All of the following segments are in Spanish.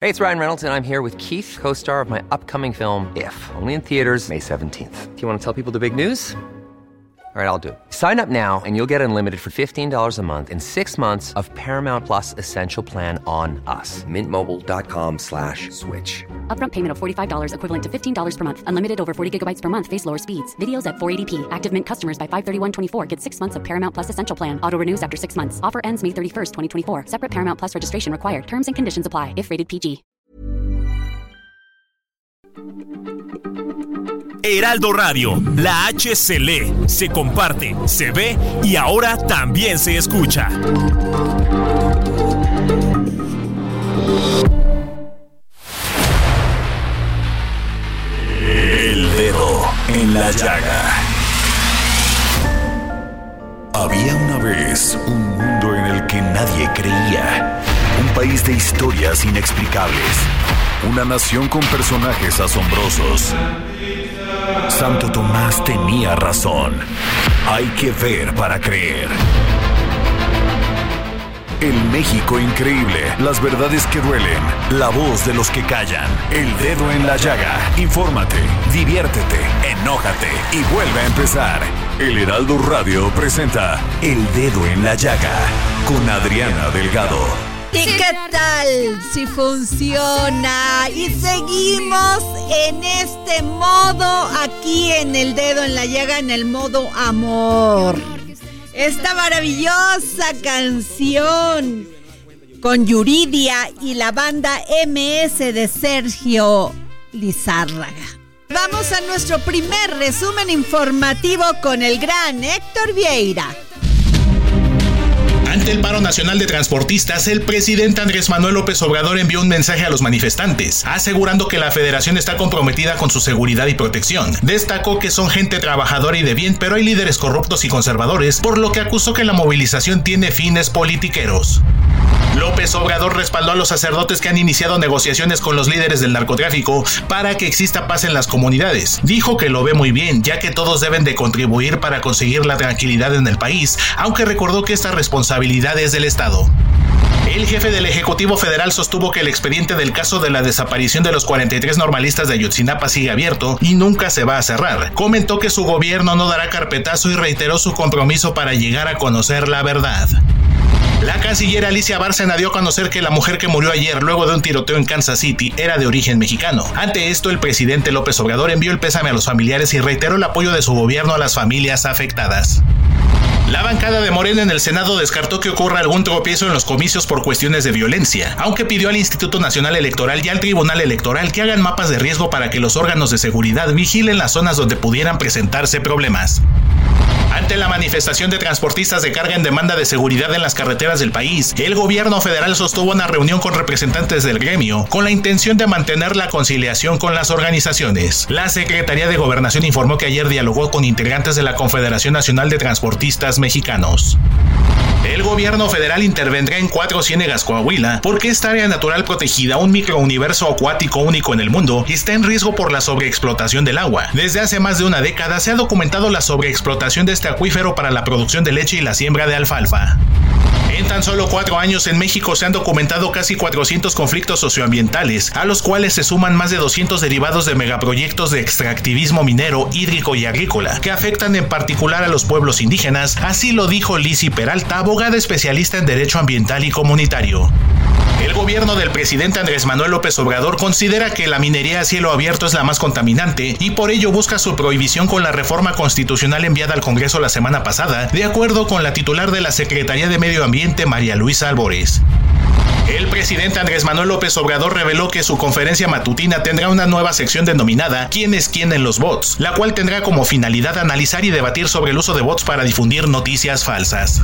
Hey, it's Ryan Reynolds, and I'm here with Keith, co-star of my upcoming film, If, only in theaters May 17th. Do you want to tell people the big news? All right, I'll do it. Sign up now and you'll get unlimited for $15 a month and 6 months of Paramount Plus Essential Plan on us. MintMobile.com/switch. Upfront payment of $45 equivalent to $15 per month. Unlimited over 40 gigabytes per month. Face lower speeds. Videos at 480p. Active Mint customers by 531.24 get 6 months of Paramount Plus Essential Plan. Auto renews after 6 months. Offer ends May 31st, 2024. Separate Paramount Plus registration required. Terms and conditions apply if rated PG. Heraldo Radio, la H se lee, se comparte, se ve y ahora también se escucha. El dedo en la llaga. Había una vez un mundo en el que nadie creía. Un país de historias inexplicables. Una nación con personajes asombrosos. Santo Tomás tenía razón. Hay que ver para creer. El México increíble. Las verdades que duelen. La voz de los que callan. El dedo en la llaga. Infórmate, diviértete, enójate y vuelve a empezar. El Heraldo Radio presenta El Dedo en la Llaga con Adriana Delgado. ¿Y qué tal si funciona? Y seguimos en este modo, aquí en El Dedo en la Llaga, en el modo amor. Esta maravillosa canción con Yuridia y la banda MS de Sergio Lizárraga. Vamos a nuestro primer resumen informativo con el gran Héctor Vieira. Ante el paro nacional de transportistas, el presidente Andrés Manuel López Obrador envió un mensaje a los manifestantes, asegurando que la federación está comprometida con su seguridad y protección. Destacó que son gente trabajadora y de bien, pero hay líderes corruptos y conservadores, por lo que acusó que la movilización tiene fines politiqueros. López Obrador respaldó a los sacerdotes que han iniciado negociaciones con los líderes del narcotráfico para que exista paz en las comunidades. Dijo que lo ve muy bien, ya que todos deben de contribuir para conseguir la tranquilidad en el país, aunque recordó que esta responsabilidad es del Estado. El jefe del Ejecutivo Federal sostuvo que el expediente del caso de la desaparición de los 43 normalistas de Ayotzinapa sigue abierto y nunca se va a cerrar. Comentó que su gobierno no dará carpetazo y reiteró su compromiso para llegar a conocer la verdad. La canciller Alicia Bárcena dio a conocer que la mujer que murió ayer luego de un tiroteo en Kansas City era de origen mexicano. Ante esto, el presidente López Obrador envió el pésame a los familiares y reiteró el apoyo de su gobierno a las familias afectadas. La bancada de Morena en el Senado descartó que ocurra algún tropiezo en los comicios por cuestiones de violencia, aunque pidió al Instituto Nacional Electoral y al Tribunal Electoral que hagan mapas de riesgo para que los órganos de seguridad vigilen las zonas donde pudieran presentarse problemas. Ante la manifestación de transportistas de carga en demanda de seguridad en las carreteras del país, el gobierno federal sostuvo una reunión con representantes del gremio con la intención de mantener la conciliación con las organizaciones. La Secretaría de Gobernación informó que ayer dialogó con integrantes de la Confederación Nacional de Transportistas Mexicanos. El gobierno federal intervendrá en Cuatro Ciénegas, Coahuila, porque esta área natural protegida, un microuniverso acuático único en el mundo, está en riesgo por la sobreexplotación del agua. Desde hace más de una década se ha documentado la sobreexplotación de este acuífero para la producción de leche y la siembra de alfalfa. En tan solo 4 años en México se han documentado casi 400 conflictos socioambientales, a los cuales se suman más de 200 derivados de megaproyectos de extractivismo minero, hídrico y agrícola, que afectan en particular a los pueblos indígenas. Así lo dijo Lizzy Peralta, abogada especialista en derecho ambiental y comunitario. El gobierno del presidente Andrés Manuel López Obrador considera que la minería a cielo abierto es la más contaminante y por ello busca su prohibición con la reforma constitucional enviada al Congreso la semana pasada, de acuerdo con la titular de la Secretaría de Medio Ambiente, María Luisa Albores. El presidente Andrés Manuel López Obrador reveló que su conferencia matutina tendrá una nueva sección denominada ¿Quién es quién en los bots?, la cual tendrá como finalidad analizar y debatir sobre el uso de bots para difundir noticias falsas.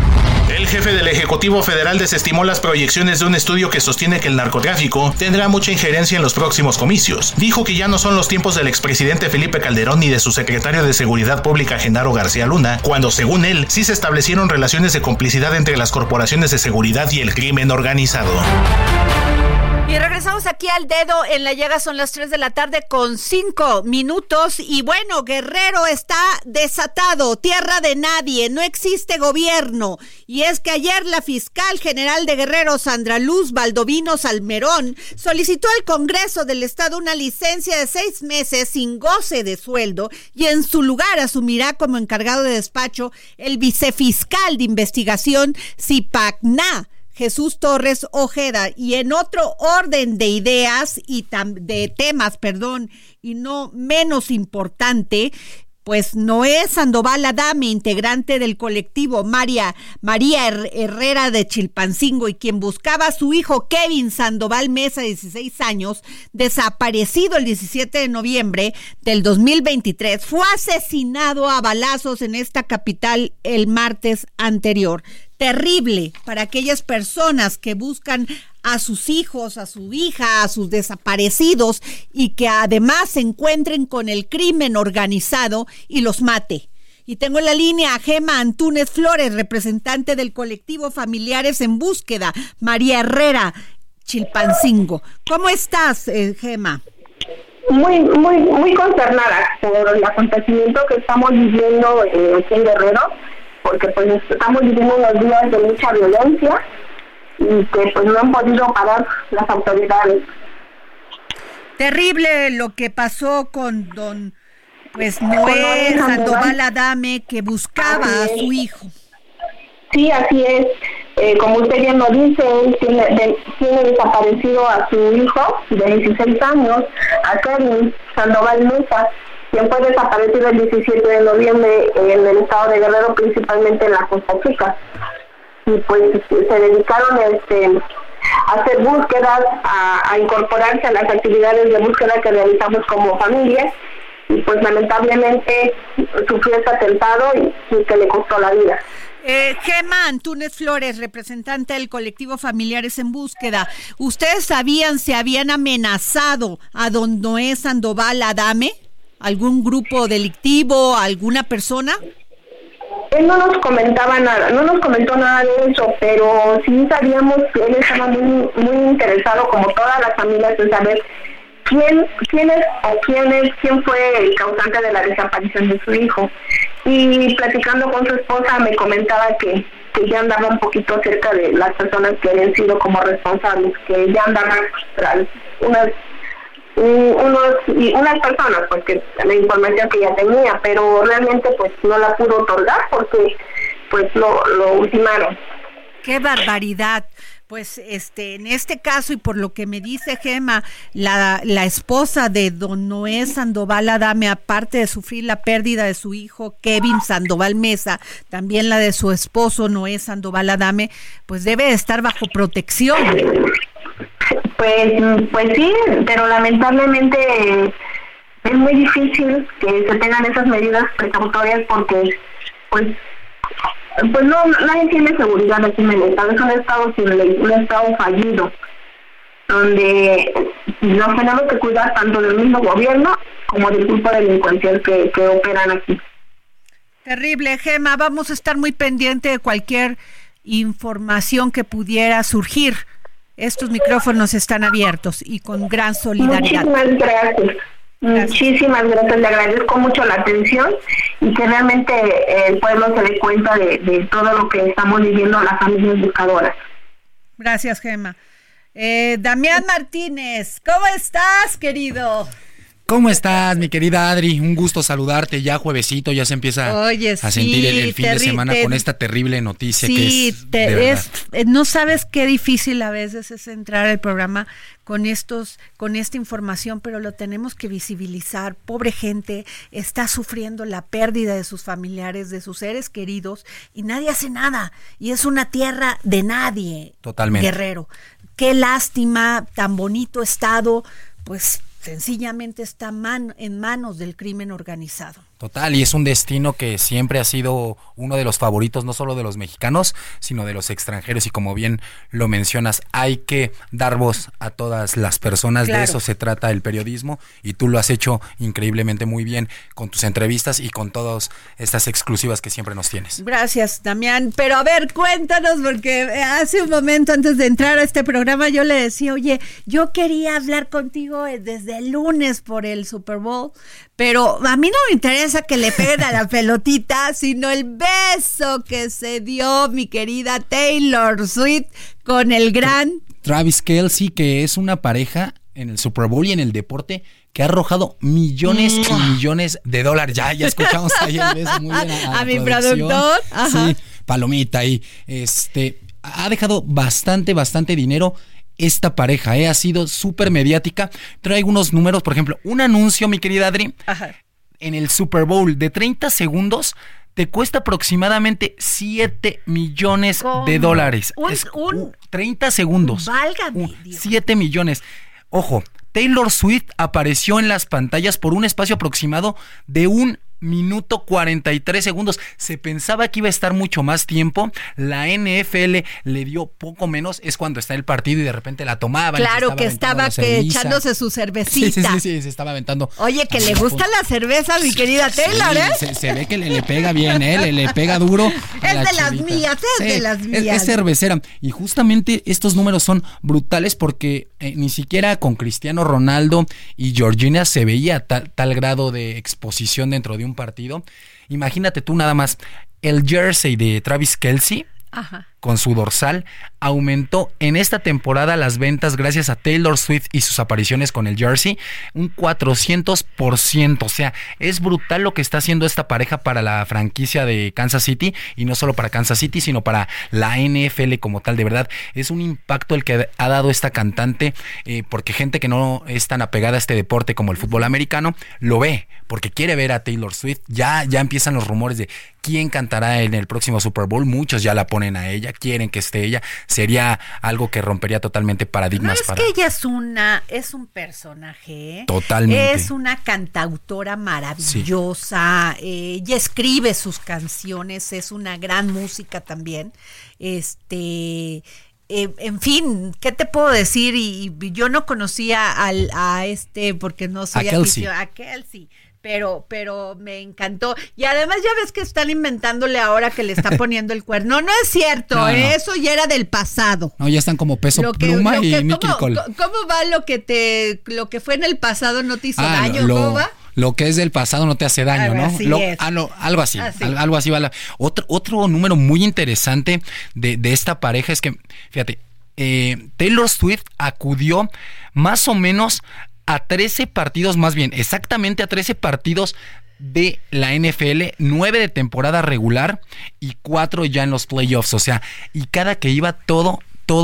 El jefe del Ejecutivo Federal desestimó las proyecciones de un estudio que sostiene que el narcotráfico tendrá mucha injerencia en los próximos comicios. Dijo que ya no son los tiempos del expresidente Felipe Calderón ni de su secretario de Seguridad Pública Genaro García Luna, cuando según él sí se establecieron relaciones de complicidad entre las corporaciones de seguridad y el crimen organizado. Y regresamos aquí al Dedo en la Llaga, son las 3 de la tarde con 5 minutos y bueno, Guerrero está desatado, tierra de nadie, no existe gobierno. Y es que ayer la fiscal general de Guerrero, Sandra Luz Baldovino Salmerón, solicitó al Congreso del Estado una licencia de 6 meses sin goce de sueldo y en su lugar asumirá como encargado de despacho el vicefiscal de investigación Zipacná, Jesús Torres Ojeda. Y en otro orden de ideas y de temas, y no menos importante, pues Noé Sandoval Adame, integrante del colectivo María Herrera de Chilpancingo y quien buscaba a su hijo Kevin Sandoval Mesa, 16 años, desaparecido el 17 de noviembre del 2023, fue asesinado a balazos en esta capital el martes anterior. Terrible para aquellas personas que buscan a sus hijos, a su hija, a sus desaparecidos y que además se encuentren con el crimen organizado y los mate. Y tengo en la línea a Gema Antúnez Flores, representante del colectivo Familiares en Búsqueda, María Herrera, Chilpancingo. ¿Cómo estás, Gema? Muy consternada por el acontecimiento que estamos viviendo aquí en Guerrero, porque pues estamos viviendo unos días de mucha violencia y que pues no han podido parar las autoridades. Terrible lo que pasó con don Noé Sandoval Adame, que buscaba a su hijo. Sí, así es. Como usted bien lo dice, tiene desaparecido a su hijo de 16 años, a Kevin Sandoval Mesa, quien fue desaparecido el 17 de noviembre en el estado de Guerrero, principalmente en la Costa Chica. Y pues se dedicaron a hacer búsquedas, a incorporarse a las actividades de búsqueda que realizamos como familia, y pues lamentablemente sufrió este atentado y que le costó la vida. Gema Antúnez Flores, representante del colectivo Familiares en Búsqueda, ¿ustedes se habían amenazado a don Noé Sandoval Adame? ¿Algún grupo delictivo, alguna persona? Él no nos comentaba nada, no nos comentó nada de eso, pero sí sabíamos que él estaba muy interesado, como todas las familias, en saber quién fue el causante de la desaparición de su hijo. Y platicando con su esposa me comentaba que ya andaba un poquito cerca de las personas que habían sido como responsables, que ya andaban tras unas personas, porque la información que ya tenía, pero realmente pues no la pudo otorgar porque pues lo ultimaron. ¡Qué barbaridad! Pues en este caso, y por lo que me dice Gema, la esposa de don Noé Sandoval Adame, aparte de sufrir la pérdida de su hijo Kevin Sandoval Mesa, también la de su esposo Noé Sandoval Adame, pues debe estar bajo protección. Pues sí, pero lamentablemente es muy difícil que se tengan esas medidas precautorias porque pues no, nadie tiene seguridad aquí en el estado. Es un estado sin ley, un estado fallido, donde nos tenemos que cuidar tanto del mismo gobierno como del grupo delincuencial que operan aquí. Terrible, Gema. Vamos a estar muy pendiente de cualquier información que pudiera surgir. Estos micrófonos están abiertos y con gran solidaridad. Muchísimas gracias. Muchísimas gracias, le agradezco mucho la atención y que realmente el pueblo se dé cuenta de todo lo que estamos viviendo las familias buscadoras. Gracias, Gema. Damián Martínez, ¿cómo estás, querido? ¿Cómo estás, mi querida Adri? Un gusto saludarte, ya juevesito, ya se empieza a sentir el fin de semana con esta terrible noticia que es no sabes qué difícil a veces es entrar al programa con esta información, pero lo tenemos que visibilizar. Pobre gente, está sufriendo la pérdida de sus familiares, de sus seres queridos, y nadie hace nada, y es una tierra de nadie. Totalmente. Guerrero. Qué lástima, tan bonito estado, pues sencillamente está en manos del crimen organizado. Total, y es un destino que siempre ha sido uno de los favoritos, no solo de los mexicanos, sino de los extranjeros. Y como bien lo mencionas, hay que dar voz a todas las personas. Claro. De eso se trata el periodismo, y tú lo has hecho increíblemente muy bien con tus entrevistas y con todas estas exclusivas que siempre nos tienes. Gracias, Damián. Pero a ver, cuéntanos, porque hace un momento antes de entrar a este programa yo le decía, oye, yo quería hablar contigo desde el lunes por el Super Bowl, pero a mí no me interesa que le peguen a la pelotita, sino el beso que se dio mi querida Taylor Swift con el gran Travis Kelce, que es una pareja en el Super Bowl y en el deporte que ha arrojado millones y millones de dólares. Ya escuchamos ahí el beso muy bien a mi productor. Ajá. Sí, palomita ahí. Ha dejado bastante dinero. Esta pareja ha sido súper mediática. Traigo unos números, por ejemplo, un anuncio, mi querida Adri. Ajá. En el Super Bowl de 30 segundos te cuesta aproximadamente 7 millones ¿Cómo? De dólares. 30 segundos. Válgame Dios. 7 millones. Ojo, Taylor Swift apareció en las pantallas por un espacio aproximado de 1 minuto 43 segundos. Se pensaba que iba a estar mucho más tiempo. La NFL le dio poco menos. Es cuando está el partido y de repente la tomaban. Claro, que estaba echándose su cervecita. Sí, se estaba aventando. Oye, que le gusta la cerveza, mi querida Taylor, ¿eh? Se ve que le pega bien, le pega duro. Es de las mías, de las mías. Es cervecera. Y justamente estos números son brutales porque ni siquiera con Cristiano Ronaldo y Georgina se veía tal grado de exposición dentro de un partido. Imagínate tú nada más, el jersey de Travis Kelce, ajá, con su dorsal, aumentó en esta temporada las ventas gracias a Taylor Swift y sus apariciones con el jersey un 400%. O sea, es brutal lo que está haciendo esta pareja para la franquicia de Kansas City, y no solo para Kansas City, sino para la NFL como tal. De verdad, es un impacto el que ha dado esta cantante, porque gente que no es tan apegada a este deporte como el fútbol americano, lo ve, porque quiere ver a Taylor Swift. Ya empiezan los rumores de quién cantará en el próximo Super Bowl. Muchos ya la ponen a ella, quieren que esté ella. Sería algo que rompería totalmente paradigmas. No, es que ella es un personaje. Totalmente. Es una cantautora maravillosa. Sí. Ella escribe sus canciones, es una gran música también. En fin, ¿qué te puedo decir? Y yo no conocía porque no soy aficionada a Kelce. Pero me encantó. Y además ya ves que están inventándole ahora que le está poniendo el cuerno. No es cierto, no. Eso ya era del pasado. No, ya están como Peso Pluma y Nicki Nicole. ¿Cómo va lo que fue en el pasado no te hizo daño? ¿Cómo va? Lo que es del pasado no te hace daño, ¿no? Algo así. Algo así va. Otro número muy interesante de esta pareja es que, fíjate, Taylor Swift acudió más o menos a 13 partidos, más bien, exactamente a 13 partidos de la NFL, 9 de temporada regular y 4 ya en los playoffs. O sea, y cada que iba todo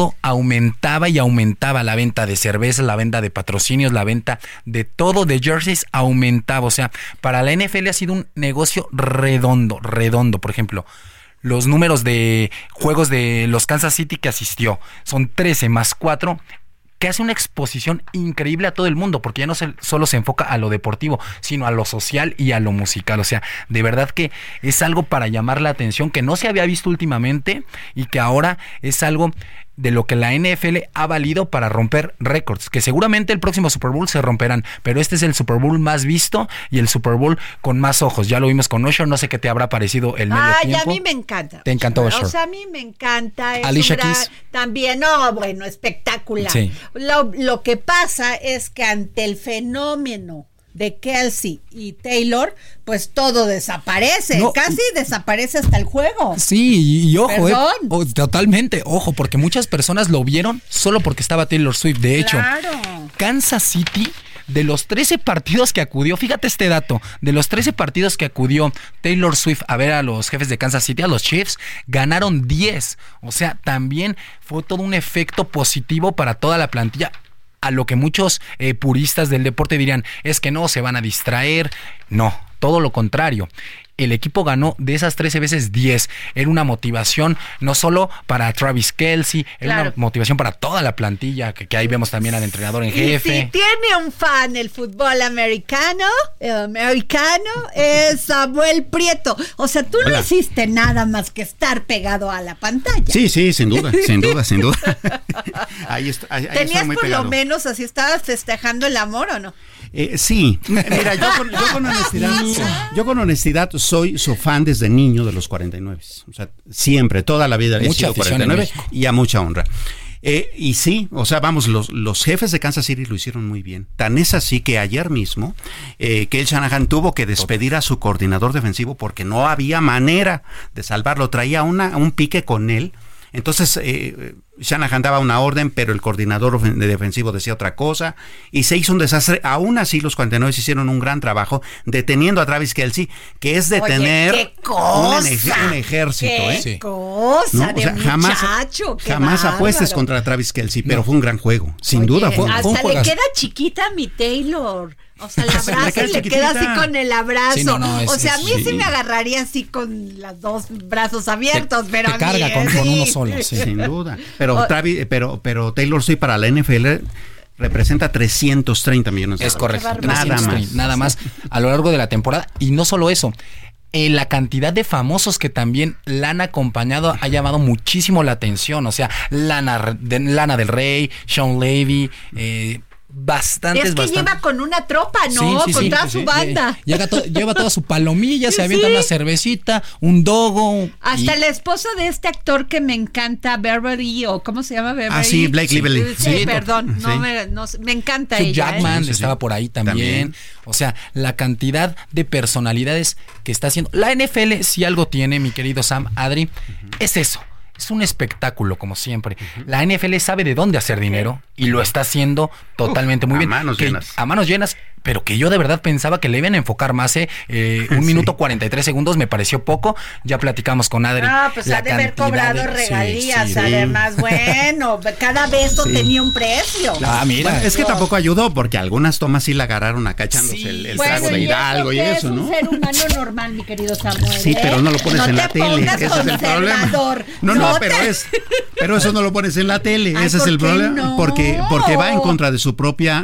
aumentaba y aumentaba. La venta de cerveza, la venta de patrocinios, la venta de todo, de jerseys, aumentaba. O sea, para la NFL ha sido un negocio redondo. Por ejemplo, los números de juegos de los Kansas City que asistió son 13 más 4, que hace una exposición increíble a todo el mundo, porque ya no solo se enfoca a lo deportivo, sino a lo social y a lo musical. O sea, de verdad que es algo para llamar la atención, que no se había visto últimamente y que ahora es algo de lo que la NFL ha valido para romper récords, que seguramente el próximo Super Bowl se romperán, pero este es el Super Bowl más visto y el Super Bowl con más ojos. Ya lo vimos con Usher, no sé qué te habrá parecido el medio tiempo. A mí me encanta. ¿Te encantó Usher? O sea, a mí me encanta. Alicia Keys. También, bueno, espectacular. Sí. Lo que pasa es que ante el fenómeno de Kelce y Taylor, pues todo desaparece, casi desaparece hasta el juego. Sí, y ojo, totalmente, ojo, porque muchas personas lo vieron solo porque estaba Taylor Swift. De hecho, Kansas City, de los 13 partidos que acudió, fíjate este dato, de los 13 partidos que acudió Taylor Swift a ver a los jefes de Kansas City, a los Chiefs, ganaron 10. O sea, también fue todo un efecto positivo para toda la plantilla. A lo que muchos puristas del deporte dirían, es que no, se van a distraer. No, todo lo contrario. El equipo ganó de esas 13 veces 10. Era una motivación no solo para Travis Kelce, era una motivación para toda la plantilla, que ahí vemos también al entrenador en jefe. Si tiene un fan el fútbol americano, es Samuel Prieto. O sea, tú no hiciste nada más que estar pegado a la pantalla. Sí, sin duda. Ahí ¿Tenías muy por pegado. lo menos así, estabas festejando el amor o no? Sí, mira, yo con honestidad soy su fan desde niño de los 49. O sea, siempre, toda la vida he sido 49 y a mucha honra. Y sí, o sea, vamos, los jefes de Kansas City lo hicieron muy bien. Tan es así que ayer mismo Kyle Shanahan tuvo que despedir a su coordinador defensivo porque no había manera de salvarlo. Traía un pique con él. Entonces Shanahan daba una orden, pero el coordinador defensivo decía otra cosa y se hizo un desastre. Aún así los 49 hicieron un gran trabajo deteniendo a Travis Kelce, que es detener un ejército. ¡Qué cosa! ¿No? O sea, jamás apuestes contra Travis Kelce, pero fue un gran juego, sin duda. Fue hasta un le juegazo. queda chiquita mi Taylor. O sea, la abraza y le queda así con el abrazo. Sí, o sea, a mí sí me agarraría así con los dos brazos abiertos, pero te carga con uno solo. Sí. Sin duda. Pero Taylor Swift para la NFL representa 330 millones de dólares. Es correcto. Nada más a lo largo de la temporada. Y no solo eso. La cantidad de famosos que también la han acompañado ha llamado muchísimo la atención. O sea, Lana del Rey, Sean Levy, bastantes. Lleva con una tropa, ¿no? Con toda su banda. Lleva toda su palomilla, se avienta una cervecita, un dogo. Hasta la esposa de este actor que me encanta, Beverly, o ¿cómo se llama? Beverly. Sí, Blake Lively. Sí, perdón, me encanta Hugh ella. Jackman estaba por ahí también. O sea, la cantidad de personalidades que está haciendo. La NFL, si algo tiene, mi querido Sam, Adri, es eso. Es un espectáculo, como siempre. La NFL sabe de dónde hacer dinero y lo está haciendo totalmente muy bien. A manos llenas, pero que yo de verdad pensaba que le iban a enfocar más. 1 minuto 43 segundos me pareció poco. Ya platicamos con Adri. Pues ha de haber cobrado regalías. Además, bueno, cada beso tenía un precio. Mira. Bueno, es que tampoco ayudó, porque algunas tomas sí la agarraron acá echándose el trago de Hidalgo y eso, ¿no? Es un ser humano normal, mi querido Samuel. Sí, pero no lo pones en la tele. Ese es el problema. Pero eso no lo pones en la tele. Ese es el problema. No? Porque va en contra de su propio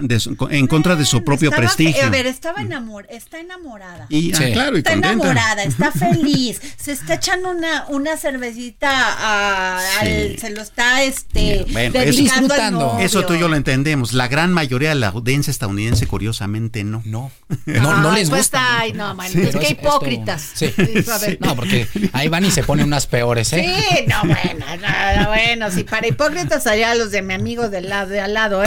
prestigio. A ver, está enamorada. Claro, y está contenta. Enamorada, está feliz. Se está echando una cervecita se lo está dedicando al novio. Eso tú y yo lo entendemos. La gran mayoría de la audiencia estadounidense, curiosamente, no. No les gusta. Es que hipócritas. No, porque ahí van y se ponen unas peores, Sí, bueno, si para hipócritas haría los de mi amigo de al lado,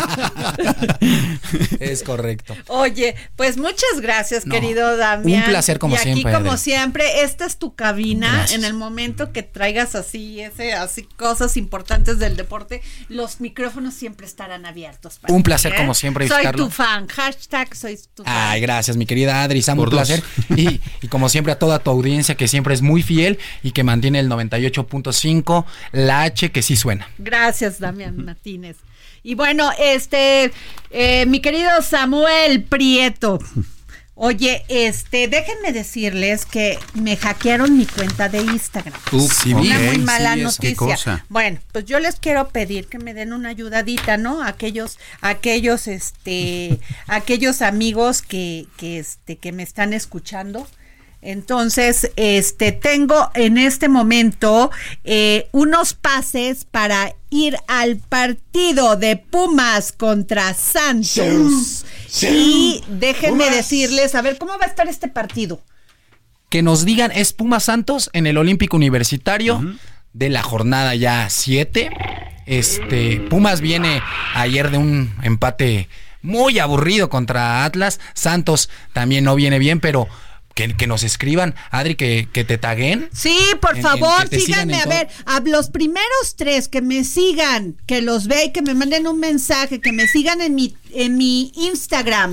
Es correcto. Oye, pues muchas gracias, querido Damián. Un placer como siempre. Y aquí, como siempre, esta es tu cabina. Gracias. En el momento que traigas así cosas importantes del deporte, los micrófonos siempre estarán abiertos. Un placer como siempre. Soy tu fan. #soy tu fan. Ay, gracias, mi querida Adri. Sam, un placer. Y como siempre a toda tu audiencia que siempre es muy fiel y que mantiene el 98.5, la H que sí suena. Gracias, Damián Martínez. Y bueno, mi querido Samuel Prieto. Oye, déjenme decirles que me hackearon mi cuenta de Instagram. Una muy mala noticia. ¿Qué cosa? Bueno, pues yo les quiero pedir que me den una ayudadita, ¿no? Aquellos amigos que me están escuchando. Entonces, tengo en este momento unos pases para ir al partido de Pumas contra Santos. Y déjenme decirles, a ver, ¿cómo va a estar este partido? Que nos digan, es Pumas Santos en el Olímpico Universitario de la jornada ya 7. Pumas viene ayer de un empate muy aburrido contra Atlas. Santos también no viene bien, pero que nos escriban, Adri, que te taguen. Sí, por favor, síganme. A ver, a los primeros 3 que me sigan, que los vean, que me manden un mensaje, que me sigan en mi Instagram,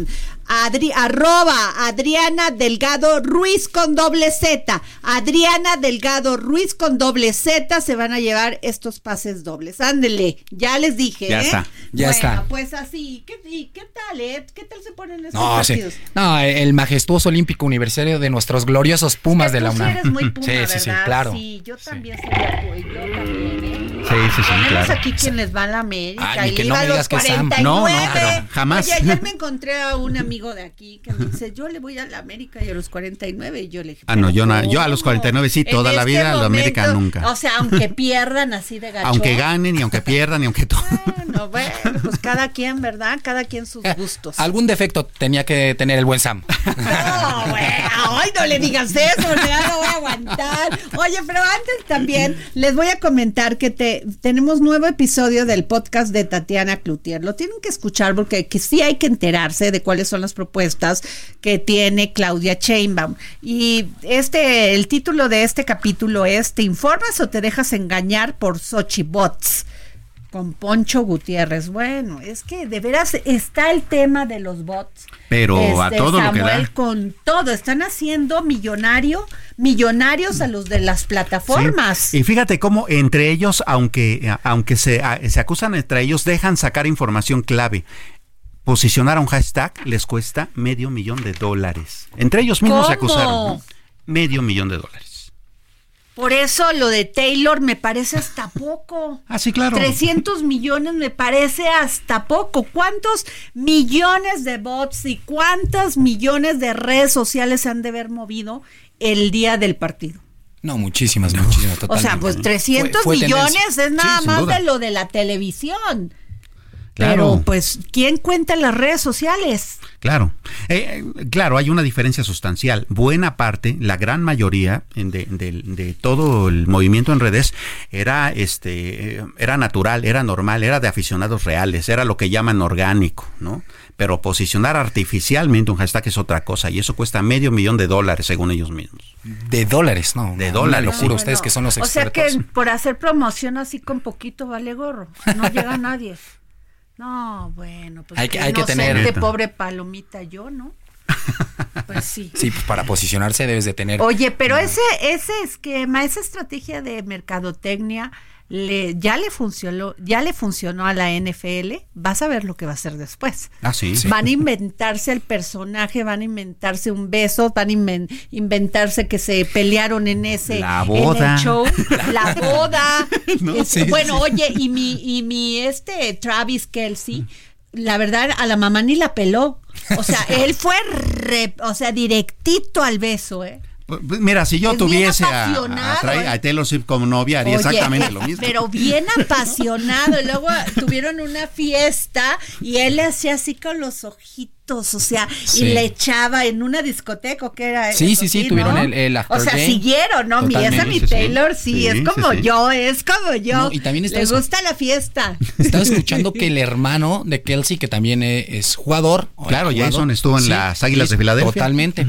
arroba Adriana Delgado Ruiz con .z. Adriana Delgado Ruiz con .z se van a llevar estos pases dobles. Ándele, ya les dije. Ya está. Ya está. Pues así, ¿qué tal, ¿Qué tal se ponen estos partidos? Sí. No, el majestuoso olímpico universitario de nuestros gloriosos Pumas de la UNAM. Tú eres muy Puma, ¿verdad? Sí, claro. Sí, yo también sería yo también, Sí, claro. Aquí quien les va a la América. Ay, que no me digas que Sam. No, pero jamás. Oye, ayer me encontré a un amigo de aquí que me dice, yo le voy a la América y a los 49, y yo le dije, yo a los 49 sí, toda la vida, a la América nunca. O sea, aunque pierdan así de gacho. Aunque ganen y aunque pierdan y aunque todo. Bueno, pues cada quien, ¿verdad? Cada quien sus gustos. Algún defecto tenía que tener el buen Sam. No, güey, ay, no le digas eso, ya no voy a aguantar. Oye, pero antes también les voy a comentar que tenemos nuevo episodio del podcast de Tatiana Cloutier. Lo tienen que escuchar porque sí hay que enterarse de cuáles son las propuestas que tiene Claudia Sheinbaum. Y el título de este capítulo es ¿Te informas o te dejas engañar por Xochibots? Con Poncho Gutiérrez. Bueno, es que de veras está el tema de los bots. Pero a todo Samuel, lo que da. Con todo, están haciendo millonarios a los de las plataformas. Sí. Y fíjate cómo entre ellos, aunque se acusan entre ellos, dejan sacar información clave. Posicionar a un hashtag les cuesta $500,000. Entre ellos mismos se acusaron, ¿no? $500,000. Por eso lo de Taylor me parece hasta poco. Ah, sí, claro. 300 millones me parece hasta poco. ¿Cuántos millones de bots y cuántas millones de redes sociales se han de haber movido el día del partido? No, muchísimas, totalmente. O sea, pues 300 millones tendencia. es nada Sí, más duda. de lo de la televisión. Claro. Pero, pues, ¿quién cuenta las redes sociales? Claro, claro, hay una diferencia sustancial. Buena parte, la gran mayoría de todo el movimiento en redes era natural, era normal, era de aficionados reales, era lo que llaman orgánico, ¿no? Pero posicionar artificialmente un hashtag es otra cosa y eso cuesta $500,000 según ellos mismos. De dólares, no. De dólares. Una locura, No, ustedes no. que son los O sea expertos. que por hacer promoción así con poquito vale gorro. No llega nadie. No, bueno, pues Hay que inocente, tener- pobre palomita yo, ¿no? Pues sí. Sí, pues para posicionarse debes de tener. Oye, pero ese esquema, esa estrategia de mercadotecnia ya le funcionó a la NFL. Vas a ver lo que va a hacer después. Ah, sí. Van a inventarse el personaje, van a inventarse un beso, van a inventarse que se pelearon en La boda. en el show, la boda. No, sí, Bueno, oye, y mi Travis Kelce, la verdad a la mamá ni la peló. O sea, él fue directito al beso, ¿eh? Mira, si yo Es tuviese bien apasionado, a Taylor Swift como novia, haría Oye, exactamente lo mismo. Pero bien apasionado. Y luego tuvieron una fiesta y él le hacía así con los ojitos, o sea, Sí. y le echaba en una discoteca, ¿o qué era? Sí, eso, sí, tuvieron ¿no? el after O sea, game. siguieron, ¿no? Totalmente. Esa mi Sí, sí. Taylor, sí, Sí, es sí, como sí. yo, es como yo. No, y también está le eso. gusta la fiesta. Estaba escuchando que el hermano de Kelce, que también es jugador. Claro, Jason estuvo en las Águilas de Filadelfia. Totalmente.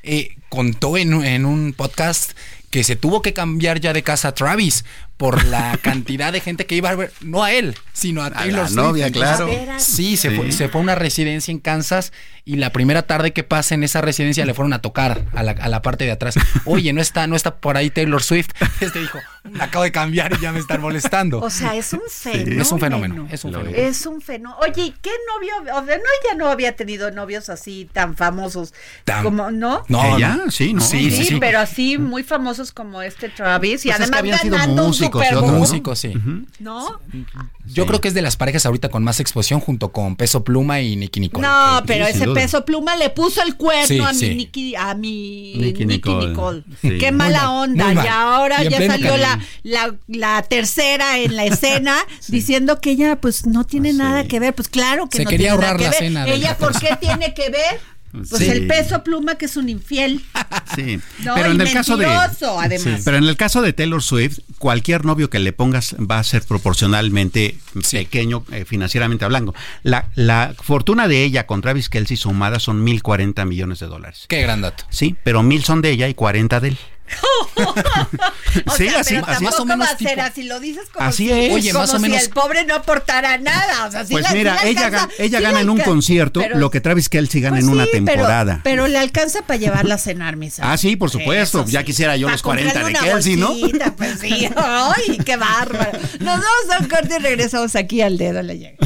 Contó en un podcast que se tuvo que cambiar ya de casa a Travis por la cantidad de gente que iba a ver, no a él, sino a Taylor la Swift. novia, Entonces, claro. Sí, se fue a una residencia en Kansas y la primera tarde que pasa en esa residencia le fueron a tocar a la parte de atrás. Oye, no está por ahí Taylor Swift. Dijo, me acabo de cambiar y ya me están molestando. O sea, es un fenómeno. Es un fenómeno. Es un fenómeno. Oye, ¿qué novio? O sea, ella no había tenido novios así tan famosos como, ¿no? No, ¿Ella? Sí, ¿no? Sí, pero así muy famosos como Travis y Pues es que además habían sido ganando músicos un y Super otros, Bowl, músicos, sí. ¿no? Yo creo que es de las parejas ahorita con más exposición junto con Peso Pluma y Nicki Nicole. No, Que- pero sin ese duda. Peso Pluma le puso el cuerno Sí, a mi sí. Nicki Nicole. Nicole. Sí. Qué Muy mala mal, onda. muy mal. Y ahora Y en ya pleno salió camino. la tercera en la escena diciendo que ella pues no tiene nada que ver. Pues claro que Se no quería tiene nada ahorrar que la ver. cena del Ella, ¿por 14. qué tiene que ver? Pues Sí. el Peso Pluma que es un infiel. Sí. No, pero y en el caso de mentiroso, además. Pero en el caso de Taylor Swift, cualquier novio que le pongas va a ser proporcionalmente pequeño financieramente hablando. La fortuna de ella con Travis Kelce sumada son $1,040 millones. Qué gran dato. Sí, pero 1,000 son de ella y 40 de él. Sí, así más o menos. Así lo dices como así es. Oye, como más o menos. Si el pobre no aportara nada. O sea, pues mira, ella gana en un concierto lo que Travis Kelce gana en una temporada. Pero le alcanza para llevarla a cenar, mis amigos. Sí, por supuesto. Eso, ya quisiera yo los 40 de Kelce, ¿no? Pues sí. ¡Ay, qué bárbaro! Nos vamos a un corte y regresamos aquí al Dedo en la Llaga.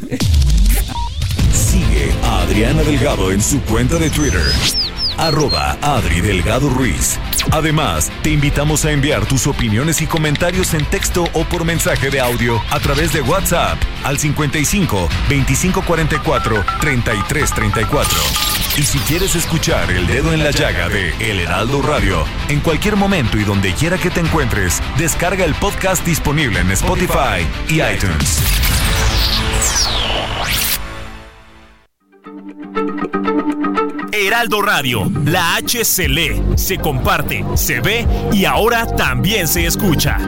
Sigue a Adriana Delgado en su cuenta de Twitter, @AdriDelgadoRuiz. Además, te invitamos a enviar tus opiniones y comentarios en texto o por mensaje de audio a través de WhatsApp al 55 2544 3334. Y si quieres escuchar El Dedo en la Llaga de El Heraldo Radio, en cualquier momento y donde quiera que te encuentres, descarga el podcast disponible en Spotify y iTunes. Heraldo Radio, la H se lee, se comparte, se ve y ahora también se escucha.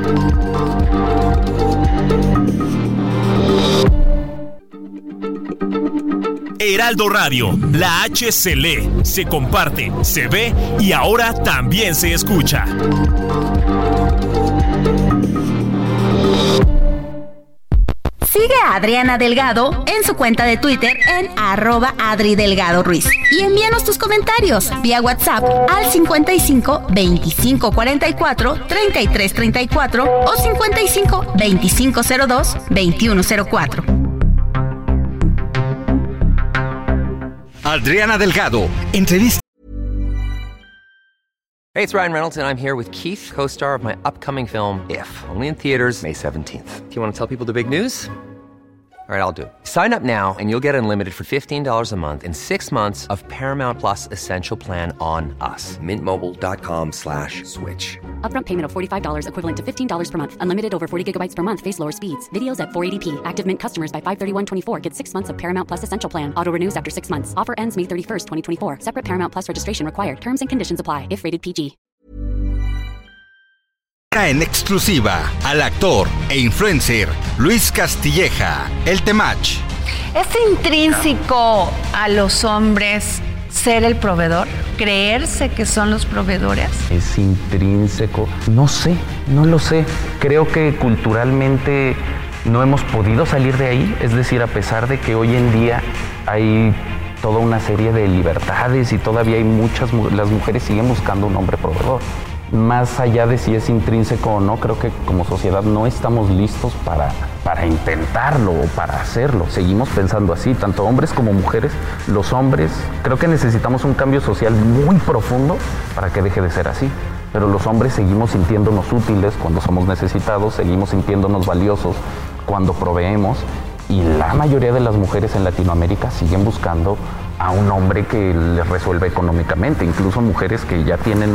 Heraldo Radio, la H se lee, se comparte, se ve y ahora también se escucha. Sigue a Adriana Delgado en su cuenta de Twitter en @AdriDelgadoRuiz. Y envíanos tus comentarios vía WhatsApp al 55 25 44 33 34 o 55 25 02 21 04. Adriana Delgado, entrevista. Hey, it's Ryan Reynolds, and I'm here with Keith, co-star of my upcoming film, If, only in theaters May 17th. Do you want to tell people the big news? All right, I'll do it. Sign up now and you'll get unlimited for $15 a month and 6 months of Paramount Plus Essential Plan on us. MintMobile.com/switch. Upfront payment of $45 equivalent to $15 per month. Unlimited over 40 gigabytes per month. Face lower speeds. Videos at 480p. Active Mint customers by 531.24 get 6 months of Paramount Plus Essential Plan. Auto renews after 6 months. Offer ends May 31st, 2024. Separate Paramount Plus registration required. Terms and conditions apply if rated PG. En exclusiva al actor e influencer Luis Castilleja, el Temach. ¿Es intrínseco a los hombres ser el proveedor? ¿Creerse que son los proveedores? Es intrínseco. No sé, no lo sé. Creo que culturalmente no hemos podido salir de ahí. Es decir, a pesar de que hoy en día hay toda una serie de libertades y todavía hay las mujeres siguen buscando un hombre proveedor. Más allá de si es intrínseco o no, creo que como sociedad no estamos listos para intentarlo o para hacerlo. Seguimos pensando así, tanto hombres como mujeres. Los hombres, creo que necesitamos un cambio social muy profundo para que deje de ser así. Pero los hombres seguimos sintiéndonos útiles cuando somos necesitados, seguimos sintiéndonos valiosos cuando proveemos. Y la mayoría de las mujeres en Latinoamérica siguen buscando a un hombre que les resuelva económicamente, incluso mujeres que ya tienen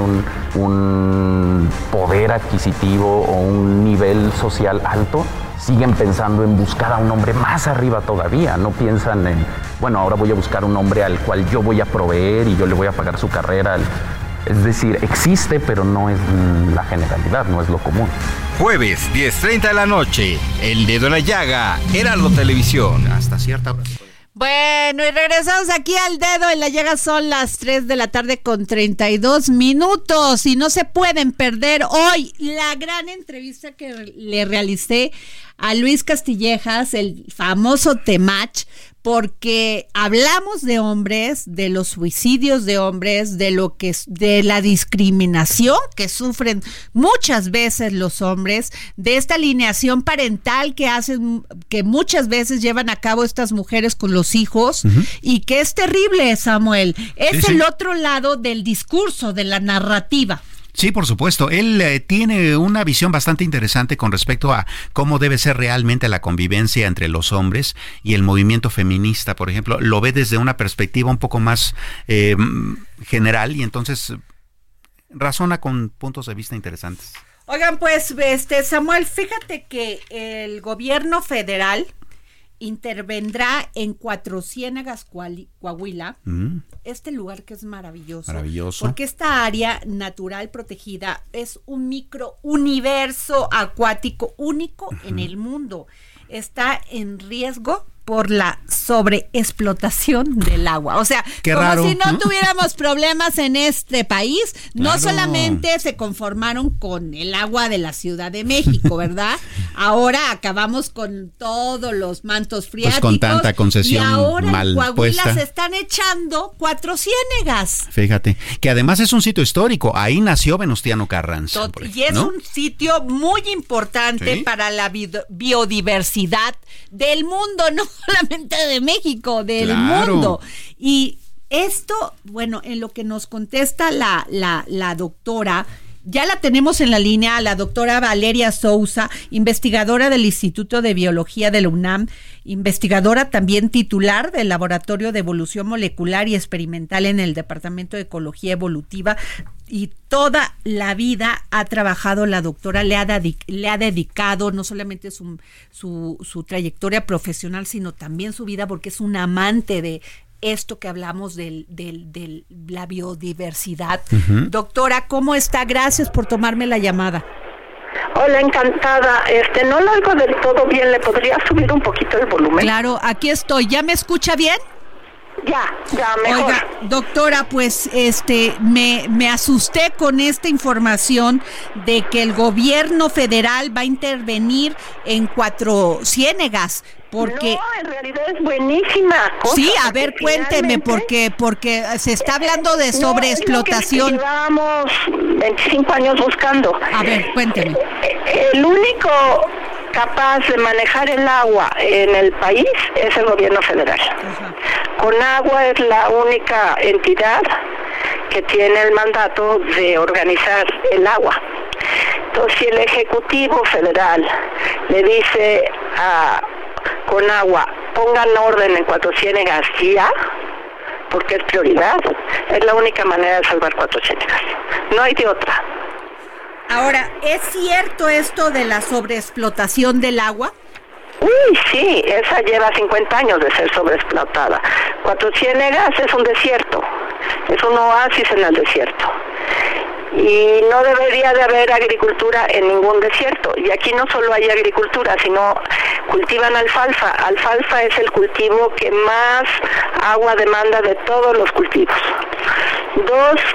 un poder adquisitivo o un nivel social alto, siguen pensando en buscar a un hombre más arriba todavía, no piensan en, bueno, ahora voy a buscar un hombre al cual yo voy a proveer y yo le voy a pagar su carrera. Es decir, existe, pero no es la generalidad, no es lo común. Jueves, 10:30 de la noche, El Dedo en la Llaga, Heraldo Televisión. Hasta cierta hora. Bueno, y regresamos aquí al Dedo en la Llaga. Son las 3 de la tarde con 32 minutos y no se pueden perder hoy la gran entrevista que le realicé a Luis Castillejas, el famoso Temach, porque hablamos de hombres, de los suicidios de hombres, de la discriminación que sufren muchas veces los hombres, de esta alineación parental que muchas veces llevan a cabo estas mujeres con los hijos, y que es terrible, Samuel. Es el otro lado del discurso, de la narrativa. Sí, por supuesto. Él tiene una visión bastante interesante con respecto a cómo debe ser realmente la convivencia entre los hombres y el movimiento feminista, por ejemplo. Lo ve desde una perspectiva un poco más general y entonces razona con puntos de vista interesantes. Oigan, pues, Samuel, fíjate que el gobierno federal intervendrá en Cuatro Ciénegas, Coahuila, este lugar que es maravilloso. Porque esta área natural protegida es un microuniverso acuático único en el mundo. Está en riesgo por la sobreexplotación del agua. O sea, qué como raro, si no tuviéramos problemas en este país. No Claro. solamente se conformaron con el agua de la Ciudad de México, ¿verdad? Ahora acabamos con todos los mantos freáticos. Pues con tanta concesión y ahora mal en Coahuila puesta. se están echando Cuatro Ciénegas. Fíjate, que además es un sitio histórico. Ahí nació Venustiano Carranza. Y es un sitio muy importante Sí. para la biodiversidad del mundo, no solamente de México, del Claro. mundo. Y esto, bueno, en lo que nos contesta la doctora, ya la tenemos en la línea, la doctora Valeria Sousa, investigadora del Instituto de Biología de la UNAM, investigadora también titular del Laboratorio de Evolución Molecular y Experimental en el Departamento de Ecología Evolutiva, y toda la vida ha trabajado la doctora, le ha dedicado no solamente su trayectoria profesional, sino también su vida, porque es un amante de esto que hablamos de la biodiversidad. Ujú. Doctora, ¿cómo está? Gracias por tomarme la llamada. Hola, encantada. No lo oigo del todo bien. ¿Le podría subir un poquito el volumen? Claro, aquí estoy. ¿Ya me escucha bien? Ya, mejor. Oiga, doctora, pues me asusté con esta información de que el gobierno federal va a intervenir en Cuatro Ciénegas. Porque no, en realidad es buenísima cosa. Sí, a ver, cuénteme, porque se está hablando de sobreexplotación. Llevamos 25 años buscando. A ver, cuénteme. El único capaz de manejar el agua en el país es el gobierno federal. Ajá. Conagua es la única entidad que tiene el mandato de organizar el agua. Entonces, si el Ejecutivo Federal le dice a Conagua, pongan orden en Cuatro Ciénegas ya, porque es prioridad, es la única manera de salvar Cuatro Ciénegas. No hay de otra. Ahora, ¿es cierto esto de la sobreexplotación del agua? Uy, sí, esa lleva 50 años de ser sobreexplotada. Cuatro Ciénegas es un desierto, es un oasis en el desierto. Y no debería de haber agricultura en ningún desierto. Y aquí no solo hay agricultura, sino cultivan alfalfa. Alfalfa es el cultivo que más agua demanda de todos los cultivos. 2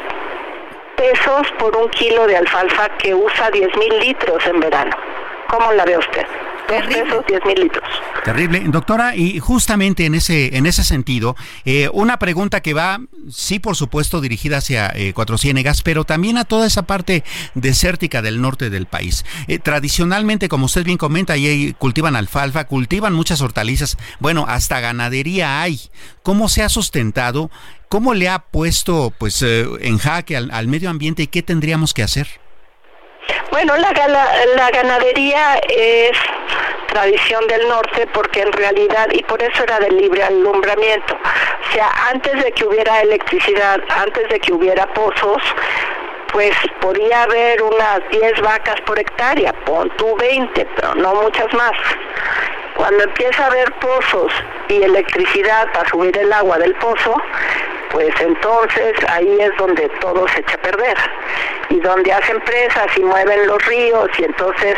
pesos por 1 kilo de alfalfa que usa 10,000 litros en verano. ¿Cómo la ve usted? 2 pesos, 10,000 litros. Terrible. Doctora, y justamente en ese sentido, una pregunta que va, sí, por supuesto, dirigida hacia Cuatro Ciénegas, pero también a toda esa parte desértica del norte del país. Tradicionalmente, como usted bien comenta, ahí cultivan alfalfa, cultivan muchas hortalizas, bueno, hasta ganadería hay. ¿Cómo se ha sustentado? ¿Cómo le ha puesto en jaque al medio ambiente y qué tendríamos que hacer? Bueno, la ganadería es tradición del norte porque en realidad, y por eso era del libre alumbramiento, o sea, antes de que hubiera electricidad, antes de que hubiera pozos, pues podía haber unas 10 vacas por hectárea, pon tú 20, pero no muchas más. Cuando empieza a haber pozos y electricidad para subir el agua del pozo, pues entonces ahí es donde todo se echa a perder y donde hacen presas y mueven los ríos y entonces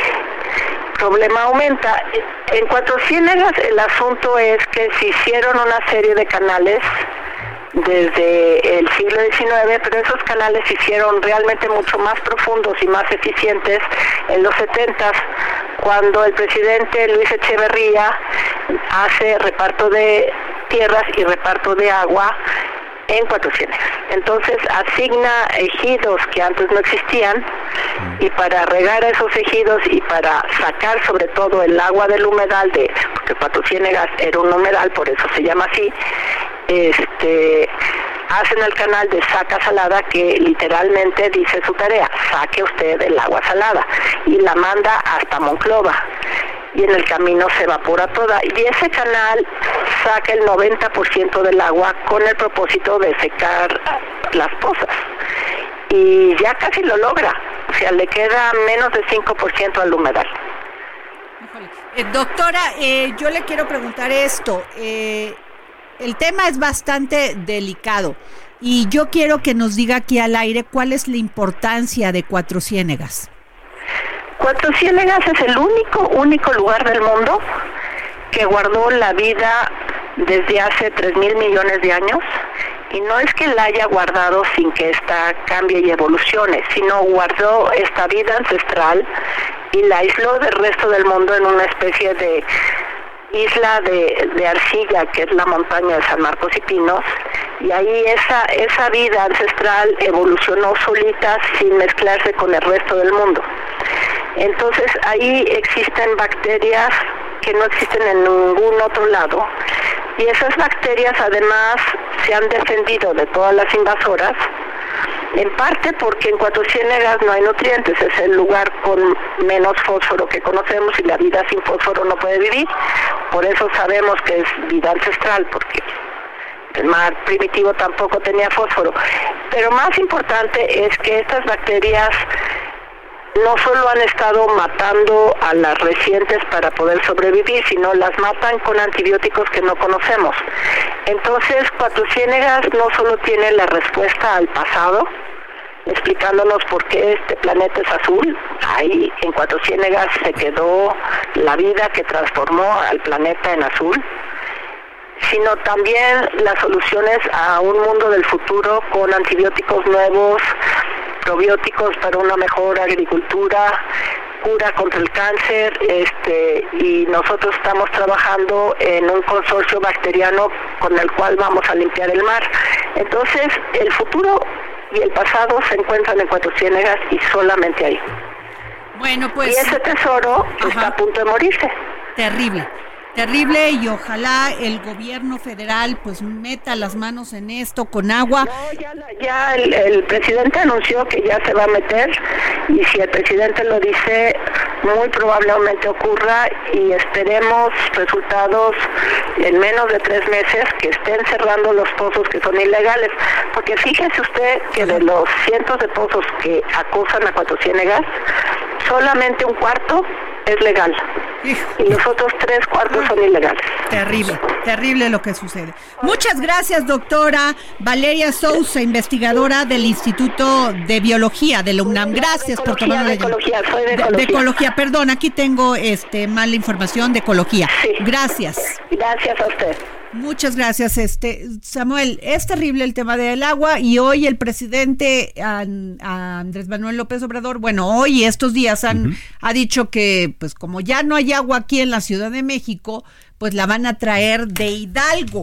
el problema aumenta. En Cuatro Ciénegas el asunto es que se hicieron una serie de canales desde el siglo XIX, pero esos canales se hicieron realmente mucho más profundos y más eficientes en los 70s, cuando el presidente Luis Echeverría hace reparto de tierras y reparto de agua en Cuatro Ciénegas. Entonces asigna ejidos que antes no existían y para regar a esos ejidos y para sacar sobre todo el agua del humedal, porque Cuatro Ciénegas era un humedal, por eso se llama así, hacen el canal de saca salada que literalmente dice su tarea, saque usted el agua salada y la manda hasta Monclova y en el camino se evapora toda y ese canal saca el 90% del agua con el propósito de secar las pozas y ya casi lo logra, o sea, le queda menos de 5% al humedal. Doctora, yo le quiero preguntar esto. El tema es bastante delicado y yo quiero que nos diga aquí al aire cuál es la importancia de Cuatro Ciénegas. Cuatro Ciénegas es el único lugar del mundo que guardó la vida desde hace 3,000 millones de años, y no es que la haya guardado sin que ésta cambie y evolucione, sino guardó esta vida ancestral y la aisló del resto del mundo en una especie de isla de arcilla, que es la montaña de San Marcos y Pinos, y ahí esa vida ancestral evolucionó solita sin mezclarse con el resto del mundo. Entonces ahí existen bacterias que no existen en ningún otro lado, y esas bacterias además se han defendido de todas las invasoras, en parte porque en Cuatro Ciénegas no hay nutrientes, es el lugar con menos fósforo que conocemos y la vida sin fósforo no puede vivir, por eso sabemos que es vida ancestral, porque el mar primitivo tampoco tenía fósforo. Pero más importante es que estas bacterias no solo han estado matando a las recientes para poder sobrevivir, sino las matan con antibióticos que no conocemos. Entonces, Cuatro Ciénegas no solo tiene la respuesta al pasado, explicándonos por qué este planeta es azul. Ahí en Cuatro Ciénegas se quedó la vida que transformó al planeta en azul, sino también las soluciones a un mundo del futuro con antibióticos nuevos, probióticos para una mejor agricultura, cura contra el cáncer, y nosotros estamos trabajando en un consorcio bacteriano con el cual vamos a limpiar el mar. Entonces, el futuro y el pasado se encuentran en Cuatro Ciénegas y solamente ahí. Bueno, pues... Y ese tesoro está a punto de morirse. Terrible, y ojalá el gobierno federal pues meta las manos en esto con agua. No, ya el presidente anunció que ya se va a meter, y si el presidente lo dice, muy probablemente ocurra, y esperemos resultados en menos de 3 meses, que estén cerrando los pozos que son ilegales, porque fíjese usted que de los cientos de pozos que acosan a Cuatro Ciénegas, solamente 1/4 es legal, y los otros 3/4 son ilegales. Terrible lo que sucede. Muchas gracias, doctora Valeria Sousa, investigadora del Instituto de Biología de la UNAM. Gracias por tomar la llamada. De ecología, perdón, aquí tengo mala información de ecología. Sí. Gracias. Gracias a usted. Muchas gracias, Samuel. Es terrible el tema del agua, y hoy el presidente Andrés Manuel López Obrador, hoy estos días ha dicho que pues como ya no hay agua aquí en la Ciudad de México, pues la van a traer de Hidalgo.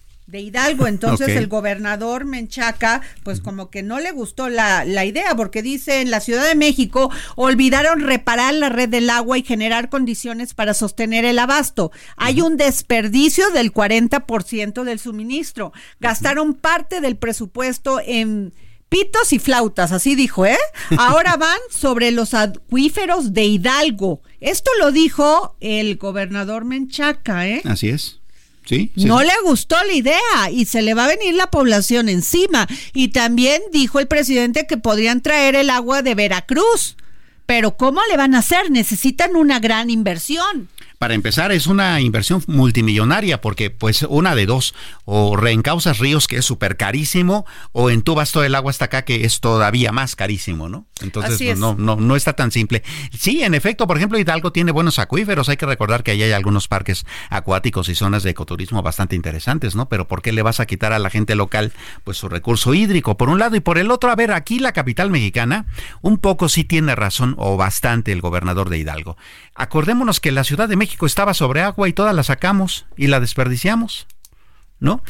Entonces el gobernador Menchaca pues como que no le gustó la idea, porque dice: en la Ciudad de México olvidaron reparar la red del agua y generar condiciones para sostener el abasto. Hay un desperdicio del 40% del suministro. Gastaron parte del presupuesto en pitos y flautas, así dijo, Ahora van sobre los acuíferos de Hidalgo. Esto lo dijo el gobernador Menchaca, Así es. Sí, no le gustó la idea, y se le va a venir la población encima. Y también dijo el presidente que podrían traer el agua de Veracruz, pero ¿cómo le van a hacer? Necesitan una gran inversión. Para empezar, es una inversión multimillonaria, porque pues una de dos: o reencauzas ríos, que es súper carísimo, o entubas todo el agua hasta acá, que es todavía más carísimo, ¿no? Entonces pues, no está tan simple. Sí, en efecto, por ejemplo, Hidalgo tiene buenos acuíferos. Hay que recordar que allá hay algunos parques acuáticos y zonas de ecoturismo bastante interesantes, ¿no? Pero ¿por qué le vas a quitar a la gente local pues su recurso hídrico, por un lado? Y por el otro, a ver, aquí la capital mexicana, un poco sí tiene razón, o bastante, el gobernador de Hidalgo. Acordémonos que la Ciudad de México estaba sobre agua y toda la sacamos y la desperdiciamos, ¿no?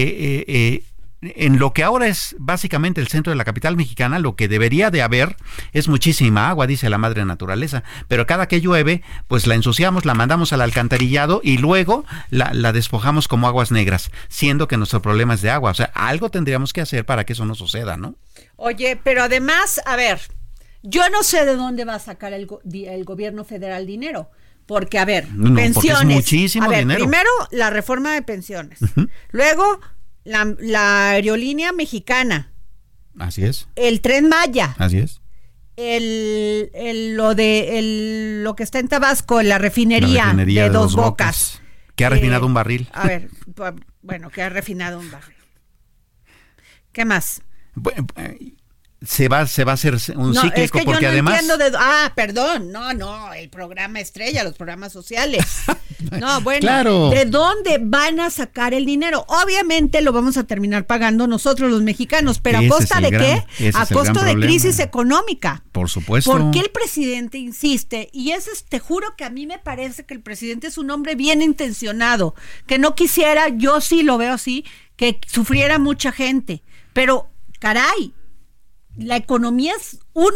En lo que ahora es básicamente el centro de la capital mexicana, lo que debería de haber es muchísima agua, dice la madre naturaleza, pero cada que llueve, pues la ensuciamos, la mandamos al alcantarillado y luego la despojamos como aguas negras, siendo que nuestro problema es de agua. O sea, algo tendríamos que hacer para que eso no suceda, ¿no? Oye, pero además, a ver, yo no sé de dónde va a sacar el gobierno federal dinero. Porque, a ver, pensiones. Porque es muchísimo dinero. Primero, la reforma de pensiones. Luego, la aerolínea mexicana. Así es. El Tren Maya. Así es. Lo que está en Tabasco, la refinería de Dos Bocas. Que ha refinado un barril. A ver, que ha refinado un barril. ¿Qué más? se va a hacer un cíclico, es que porque yo no además... perdón, no, el programa estrella, los programas sociales. No, bueno, claro. ¿De dónde van a sacar el dinero? Obviamente lo vamos a terminar pagando nosotros los mexicanos, pero ¿a costa de qué? A costa de crisis económica. Por supuesto. ¿Por qué el presidente insiste? Y te juro que a mí me parece que el presidente es un hombre bien intencionado, que no quisiera, yo sí lo veo así, que sufriera mucha gente, pero caray, la economía es 1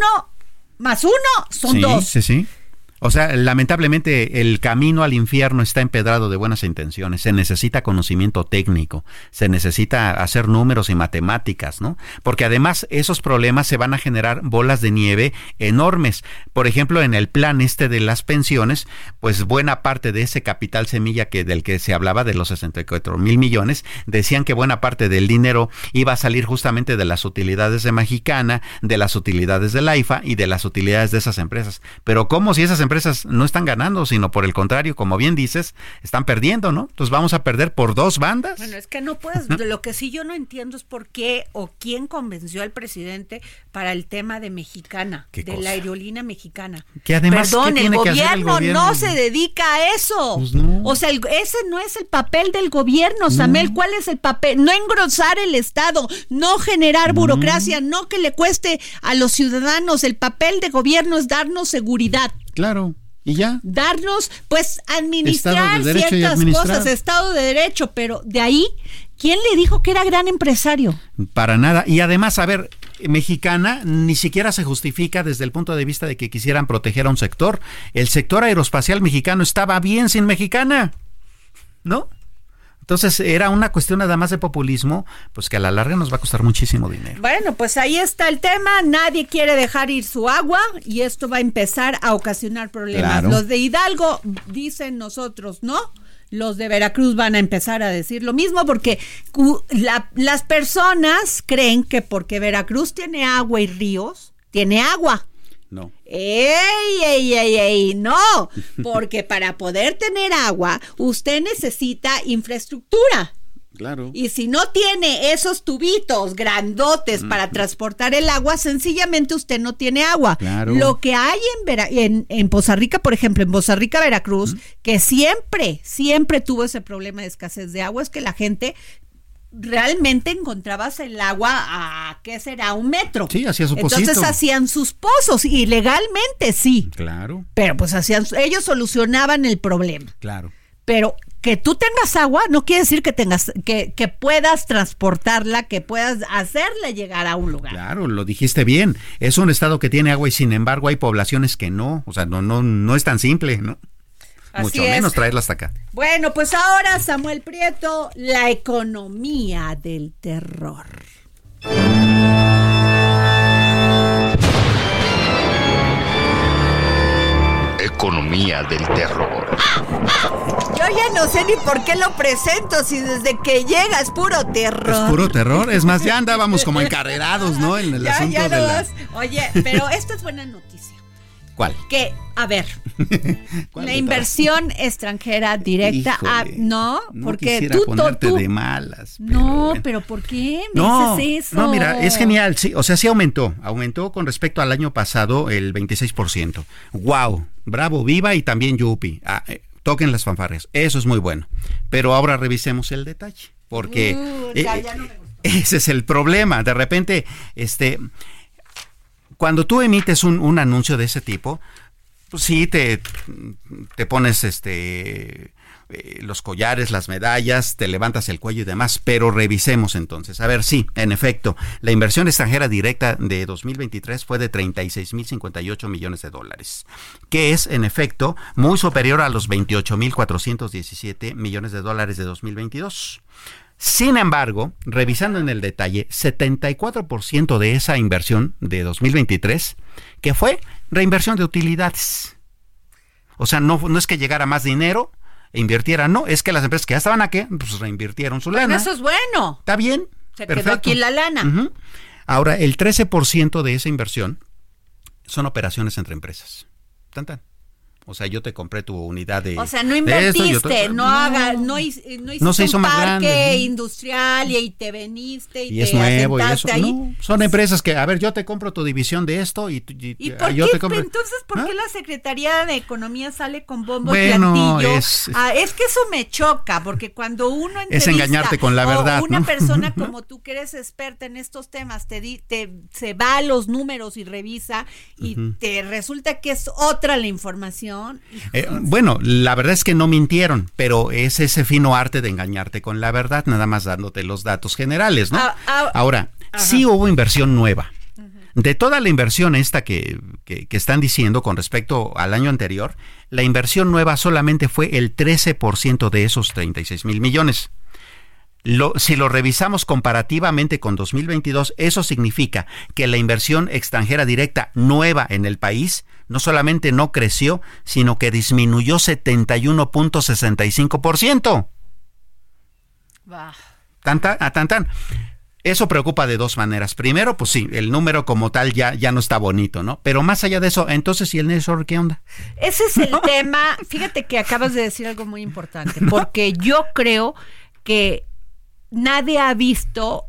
más 1 son 2. Sí. O sea, lamentablemente el camino al infierno está empedrado de buenas intenciones. Se necesita conocimiento técnico, se necesita hacer números y matemáticas, ¿no? Porque además esos problemas se van a generar bolas de nieve enormes. Por ejemplo, en el plan de las pensiones, pues buena parte de ese capital semilla del que se hablaba, de los 64,000 millones, decían que buena parte del dinero iba a salir justamente de las utilidades de Mexicana, de las utilidades de la IFA y de las utilidades de esas empresas. Pero ¿cómo si esas empresas no están ganando, sino por el contrario, como bien dices, están perdiendo, ¿no? Entonces vamos a perder por 2 bandas. Bueno, es que no puedes, lo que sí yo no entiendo es por qué o quién convenció al presidente para el tema de Mexicana, la aerolínea Mexicana. Que además, perdón, el gobierno no se dedica a eso. Pues no. O sea, ese no es el papel del gobierno, Samel. No. ¿Cuál es el papel? No engrosar el Estado, no generar burocracia, no que le cueste a los ciudadanos. El papel de gobierno es darnos seguridad. Claro, y ya. Darnos, pues, administrar ciertas cosas, Estado de Derecho, pero de ahí, ¿quién le dijo que era gran empresario? Para nada. Y además, a ver, Mexicana ni siquiera se justifica desde el punto de vista de que quisieran proteger a un sector. El sector aeroespacial mexicano estaba bien sin Mexicana, ¿no? Entonces era una cuestión nada más de populismo, pues que a la larga nos va a costar muchísimo dinero. Bueno, pues ahí está el tema, nadie quiere dejar ir su agua y esto va a empezar a ocasionar problemas. Claro. Los de Hidalgo dicen nosotros, ¿no? Los de Veracruz van a empezar a decir lo mismo porque las personas creen que porque Veracruz tiene agua y ríos, tiene agua. No. ¡Ey! No, porque para poder tener agua, usted necesita infraestructura. Claro. Y si no tiene esos tubitos grandotes para transportar el agua, sencillamente usted no tiene agua. Claro. Lo que hay en Poza Rica, por ejemplo, en Poza Rica, Veracruz, que siempre tuvo ese problema de escasez de agua, es que la gente realmente encontrabas el agua a, ¿qué será? 1 metro. Sí, hacía su pocito. Entonces hacían sus pozos, ilegalmente, sí. Claro. Pero pues ellos solucionaban el problema. Claro. Pero que tú tengas agua no quiere decir que puedas transportarla, que puedas hacerla llegar a un lugar. Claro, lo dijiste bien. Es un estado que tiene agua y sin embargo hay poblaciones que no. O sea, no es tan simple, ¿no? Mucho menos traerla hasta acá. Bueno, pues ahora, Samuel Prieto, la economía del terror. Economía del terror. Yo ya no sé ni por qué lo presento, si desde que llega es puro terror. Es puro terror, es más, ya andábamos como encarrerados, ¿no? En el asunto de la... Oye, pero esto es buena noticia. ¿Cuál? Que, a ver, la inversión extranjera directa, no, porque tú de malas. Pero no, bueno. Pero ¿por qué me dices eso? No, mira, es genial, sí, o sea, sí aumentó con respecto al año pasado el 26%. ¡Wow! Bravo, viva y también yupi. Toquen las fanfarrias, eso es muy bueno. Pero ahora revisemos el detalle, porque ya no me gusta. Ese es el problema. De repente, cuando tú emites un anuncio de ese tipo, pues sí, te pones los collares, las medallas, te levantas el cuello y demás, pero revisemos entonces. A ver, sí, en efecto, la inversión extranjera directa de 2023 fue de $36,058 millones, que es, en efecto, muy superior a los $28,417 millones de 2022. Sin embargo, revisando en el detalle, 74% de esa inversión de 2023, que fue reinversión de utilidades. O sea, no es que llegara más dinero e invirtiera, no, es que las empresas que ya estaban aquí, pues reinvirtieron su lana. Eso es bueno. Está bien. Se perfecto. Quedó aquí la lana. Uh-huh. Ahora, el 13% de esa inversión son operaciones entre empresas. Tan. O sea, yo te compré tu unidad de... O sea, no invertiste, no hiciste un parque industrial y te veniste y te es nuevo y eso. Ahí. No, son empresas que, a ver, yo te compro tu división de esto y yo te compro... Entonces, ¿por qué la Secretaría de Economía sale con bombos y platillo? Es que eso me choca, porque cuando uno es engañarte con la verdad, una persona como tú que eres experta en estos temas, se va a los números y revisa y te resulta que es otra la información. Bueno, la verdad es que no mintieron, pero es ese fino arte de engañarte con la verdad, nada más dándote los datos generales, ¿no? Ahora, sí hubo inversión nueva. De toda la inversión esta que están diciendo con respecto al año anterior, la inversión nueva solamente fue el 13% de esos 36 mil millones. Si lo revisamos comparativamente con 2022, eso significa que la inversión extranjera directa nueva en el país no solamente no creció, sino que disminuyó 71.65%. Tan. Eso preocupa de dos maneras. Primero, pues sí, el número como tal ya no está bonito, ¿no? Pero más allá de eso, entonces, ¿y el nearshoring qué onda? Ese es el tema. Fíjate que acabas de decir algo muy importante, porque yo creo que nadie ha visto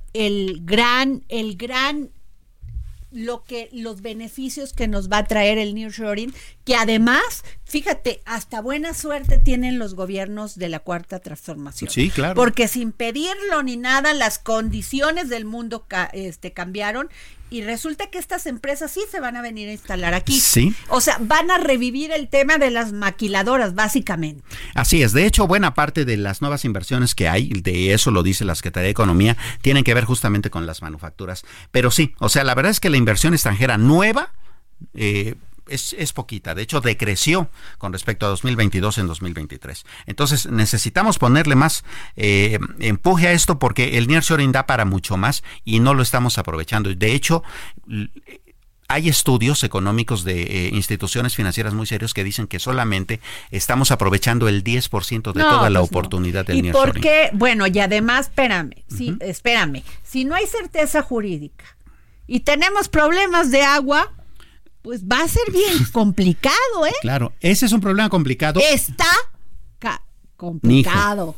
los beneficios que nos va a traer el nearshoring, que además, fíjate, hasta buena suerte tienen los gobiernos de la Cuarta Transformación. Sí, claro. Porque sin pedirlo ni nada, las condiciones del mundo cambiaron y resulta que estas empresas sí se van a venir a instalar aquí. Sí. O sea, van a revivir el tema de las maquiladoras, básicamente. Así es. De hecho, buena parte de las nuevas inversiones que hay, de eso lo dice la Secretaría de Economía, tienen que ver justamente con las manufacturas. Pero sí, o sea, la verdad es que la inversión extranjera nueva es poquita. De hecho, decreció con respecto a 2022 en 2023. Entonces, necesitamos ponerle más empuje a esto porque el nearshoring da para mucho más y no lo estamos aprovechando. De hecho, hay estudios económicos de instituciones financieras muy serios que dicen que solamente estamos aprovechando el 10% de toda la oportunidad del nearshoring. ¿Y por qué? Bueno, y además, espérame. Si no hay certeza jurídica y tenemos problemas de agua, pues va a ser bien complicado, ¿eh? Claro, ese es un problema complicado. Está complicado.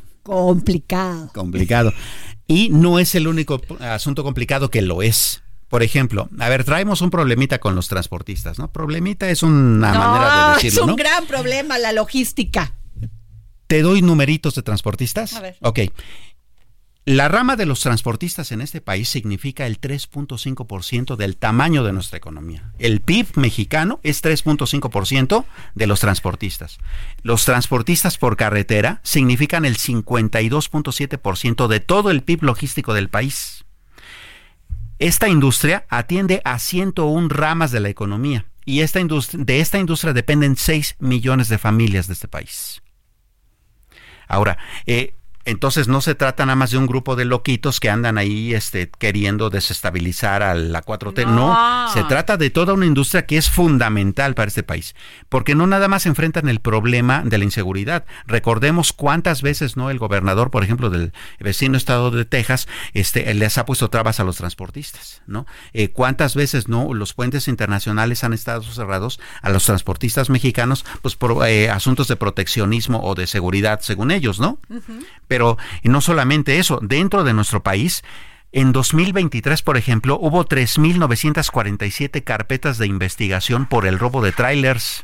Y no es el único asunto complicado que lo es. Por ejemplo, a ver, traemos un problemita con los transportistas, ¿no? Problemita es una manera de decirlo, ¿no? Es un gran problema, la logística. ¿Te doy numeritos de transportistas? A ver. Ok. La rama de los transportistas en este país significa el 3.5% del tamaño de nuestra economía. El PIB mexicano es 3.5% de los transportistas. Los transportistas por carretera significan el 52.7% de todo el PIB logístico del país. Esta industria atiende a 101 ramas de la economía y de esta industria dependen 6 millones de familias de este país. Ahora, entonces no se trata nada más de un grupo de loquitos que andan ahí queriendo desestabilizar a la 4T. No, se trata de toda una industria que es fundamental para este país, porque no nada más enfrentan el problema de la inseguridad. Recordemos cuántas veces el gobernador, por ejemplo, del vecino estado de Texas, les ha puesto trabas a los transportistas, ¿no? Cuántas veces los puentes internacionales han estado cerrados a los transportistas mexicanos, pues por asuntos de proteccionismo o de seguridad, según ellos, ¿no? Uh-huh. Pero no solamente eso, dentro de nuestro país, en 2023, por ejemplo, hubo 3,947 carpetas de investigación por el robo de tráilers.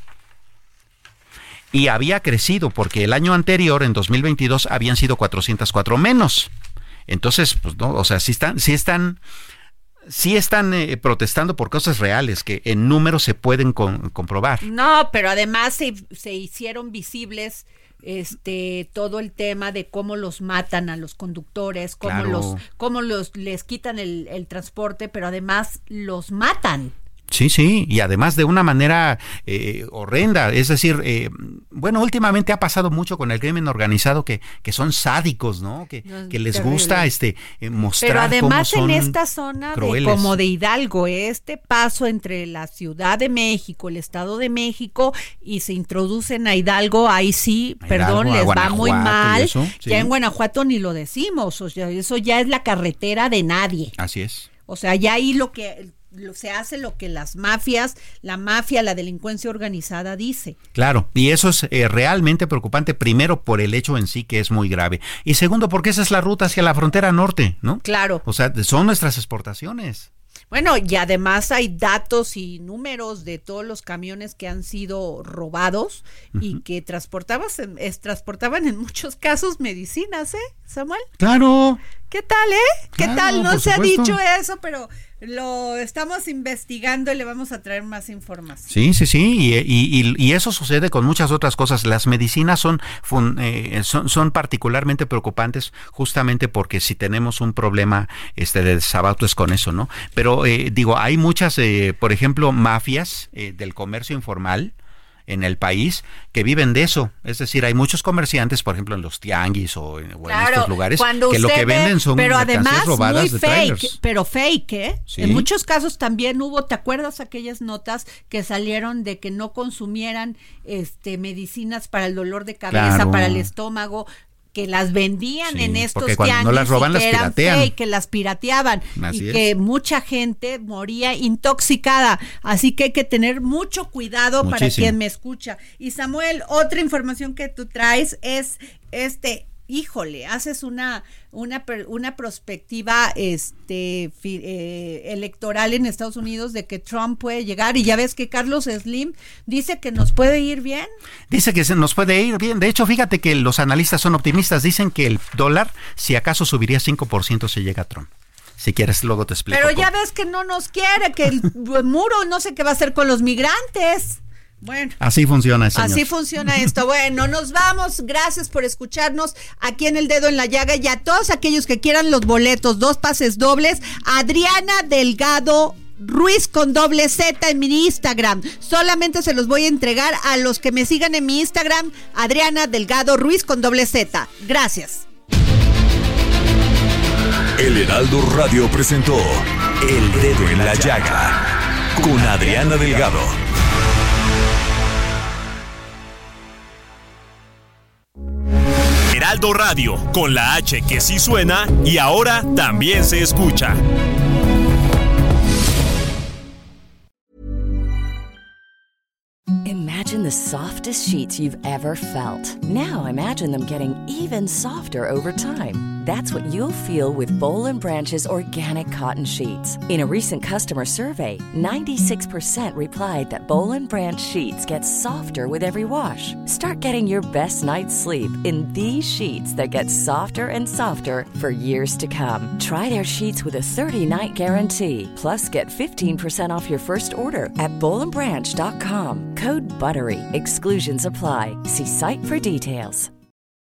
Y había crecido porque el año anterior, en 2022, habían sido 404 menos. Entonces, pues no, o sea, sí están protestando por cosas reales que en números se pueden comprobar. No, pero además se hicieron visibles todo el tema de cómo los matan a los conductores, cómo les quitan el transporte, pero además los matan. Sí, y además de una manera horrenda, es decir, últimamente ha pasado mucho con el crimen organizado que son sádicos, ¿no? Que les gusta mostrar. Pero además cómo son en esta zona como de Hidalgo, paso entre la Ciudad de México, el Estado de México y se introducen a Hidalgo, ahí sí, les va muy mal. Eso, sí. Ya en Guanajuato ni lo decimos, o sea, eso ya es la carretera de nadie. Así es. O sea, ya ahí lo que se hace lo que la mafia, la delincuencia organizada dice. Claro, y eso es realmente preocupante, primero por el hecho en sí que es muy grave, y segundo porque esa es la ruta hacia la frontera norte, ¿no? Claro. O sea, son nuestras exportaciones. Bueno, y además hay datos y números de todos los camiones que han sido robados y que transportaban en muchos casos medicinas, Samuel? Claro. ¿Qué tal, ¿Qué tal? No se ha dicho eso, pero lo estamos investigando y le vamos a traer más información. Sí, y eso sucede con muchas otras cosas. Las medicinas son particularmente preocupantes justamente porque si tenemos un problema de desabasto es con eso, ¿no? Pero hay muchas, por ejemplo, mafias del comercio informal en el país que viven de eso, es decir, hay muchos comerciantes, por ejemplo, en los tianguis o en estos lugares, que lo que venden son mercancías robadas de trailers. Pero fake, Sí. En muchos casos también hubo, ¿te acuerdas aquellas notas que salieron de que no consumieran medicinas para el dolor de cabeza, para el estómago? Que las vendían en estos tianguis, no las roban, que las piratean. Fake, que las pirateaban. Así y que mucha gente moría intoxicada. Así que hay que tener mucho cuidado para quien me escucha. Y Samuel, otra información que tú traes es haces una perspectiva electoral en Estados Unidos de que Trump puede llegar, y ya ves que Carlos Slim dice que nos puede ir bien. Dice que nos puede ir bien. De hecho, fíjate que los analistas son optimistas. Dicen que el dólar, si acaso subiría 5% si llega Trump. Si quieres, luego te explico. Pero ya ves que no nos quiere, que el muro no sé qué va a hacer con los migrantes. Bueno, así funciona, señor. Así funciona esto. Bueno, nos vamos. Gracias por escucharnos aquí en El Dedo en la Llaga, y a todos aquellos que quieran los boletos, 2 pases dobles, Adriana Delgado Ruiz con doble Z en mi Instagram. Solamente se los voy a entregar a los que me sigan en mi Instagram, Adriana Delgado Ruiz con doble Z. Gracias. El Heraldo Radio presentó El Dedo en la Llaga con Adriana Delgado. Heraldo Radio, con la H que sí suena y ahora también se escucha. Imagine the softest sheets you've ever felt. Now imagine them getting even softer over time. That's what you'll feel with Boll & Branch's organic cotton sheets. In a recent customer survey, 96% replied that Boll & Branch sheets get softer with every wash. Start getting your best night's sleep in these sheets that get softer and softer for years to come. Try their sheets with a 30-night guarantee. Plus, get 15% off your first order at bollandbranch.com. Code BUTTERY. Exclusions apply. See site for details.